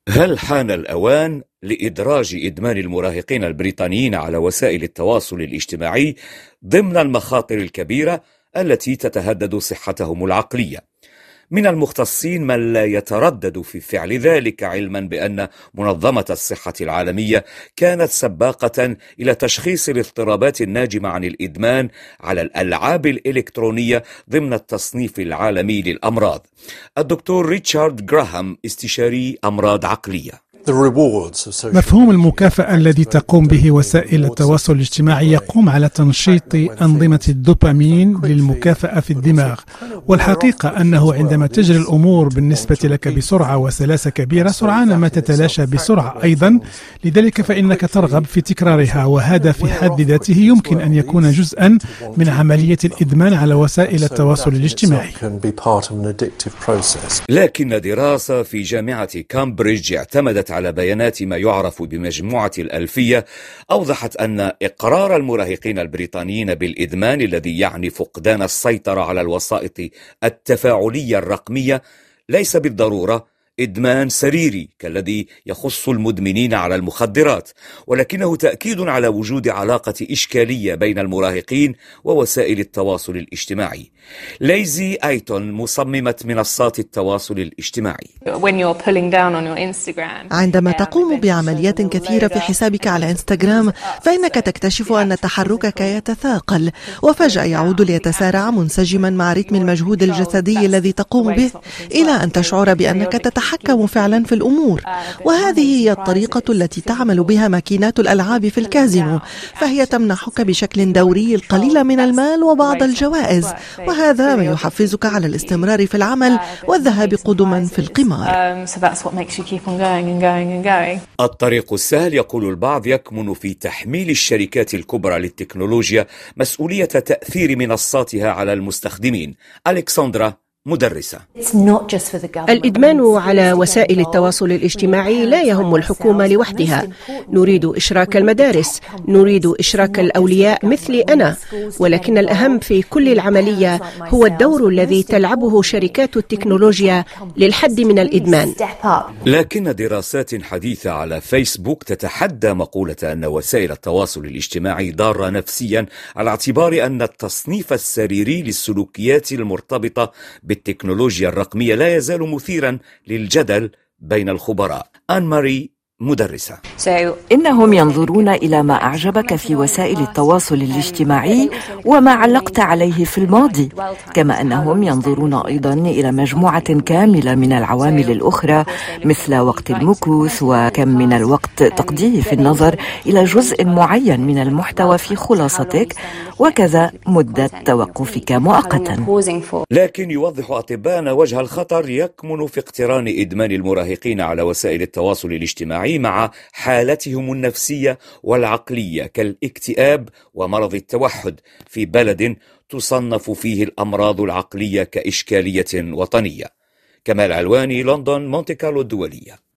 هل حان الأوان لإدراج إدمان المراهقين البريطانيين على وسائل التواصل الاجتماعي ضمن المخاطر الكبيرة التي تتهدد صحتهم العقلية؟ من المختصين من لا يتردد في فعل ذلك، علما بأن منظمة الصحة العالمية كانت سباقة إلى تشخيص الاضطرابات الناجمة عن الإدمان على الألعاب الإلكترونية ضمن التصنيف العالمي للأمراض. الدكتور ريتشارد غراهام، استشاري أمراض عقلية. مفهوم المكافأة الذي تقوم به وسائل التواصل الاجتماعي يقوم على تنشيط أنظمة الدوبامين للمكافأة في الدماغ، والحقيقة أنه عندما تجري الأمور بالنسبة لك بسرعة وسلاسة كبيرة، سرعان ما تتلاشى بسرعة أيضا، لذلك فإنك ترغب في تكرارها، وهذا في حد ذاته يمكن أن يكون جزءا من عملية الإدمان على وسائل التواصل الاجتماعي. لكن دراسة في جامعة كامبريدج اعتمدت على بيانات ما يعرف بمجموعة الألفية أوضحت أن إقرار المراهقين البريطانيين بالإدمان، الذي يعني فقدان السيطرة على الوسائط التفاعلية الرقمية، ليس بالضرورة إدمان سريري كالذي يخص المدمنين على المخدرات، ولكنه تأكيد على وجود علاقة إشكالية بين المراهقين ووسائل التواصل الاجتماعي. ليزي آيتون، مصممة منصات التواصل الاجتماعي. عندما تقوم بعمليات كثيرة في حسابك على إنستغرام، فإنك تكتشف أن تحركك يتثاقل وفجأة يعود ليتسارع منسجما مع رتم المجهود الجسدي الذي تقوم به، إلى أن تشعر بأنك تتحكم فعلا في الأمور. وهذه هي الطريقة التي تعمل بها ماكينات الألعاب في الكازينو، فهي تمنحك بشكل دوري القليل من المال وبعض الجوائز، وهذا ما يحفزك على الاستمرار في العمل والذهاب قدما في القمار. الطريق السهل، يقول البعض، يكمن في تحميل الشركات الكبرى للتكنولوجيا مسؤولية تأثير منصاتها على المستخدمين. ألكسندرا، مدرسة. الإدمان على وسائل التواصل الاجتماعي لا يهم الحكومة لوحدها. نريد إشراك المدارس، نريد إشراك الأولياء مثلي أنا، ولكن الأهم في كل العملية هو الدور الذي تلعبه شركات التكنولوجيا للحد من الإدمان. لكن دراسات حديثة على فيسبوك تتحدى مقولة أن وسائل التواصل الاجتماعي ضارة نفسيا، على اعتبار أن التصنيف السريري للسلوكيات المرتبطة بالتكنولوجيا الرقمية لا يزال مثيرا للجدل بين الخبراء. آن ماري، مدرسة. إنهم ينظرون إلى ما أعجبك في وسائل التواصل الاجتماعي وما علقت عليه في الماضي، كما أنهم ينظرون أيضا إلى مجموعة كاملة من العوامل الأخرى، مثل وقت المكوث وكم من الوقت تقضيه في النظر إلى جزء معين من المحتوى في خلاصتك، وكذا مدة توقفك مؤقتا. لكن يوضح أطباء وجه الخطر يكمن في اقتران إدمان المراهقين على وسائل التواصل الاجتماعي مع حالتهم النفسية والعقلية كالاكتئاب ومرض التوحد، في بلد تصنف فيه الأمراض العقلية كإشكالية وطنية. كمال علواني، لندن، مونتي كارلو الدولية.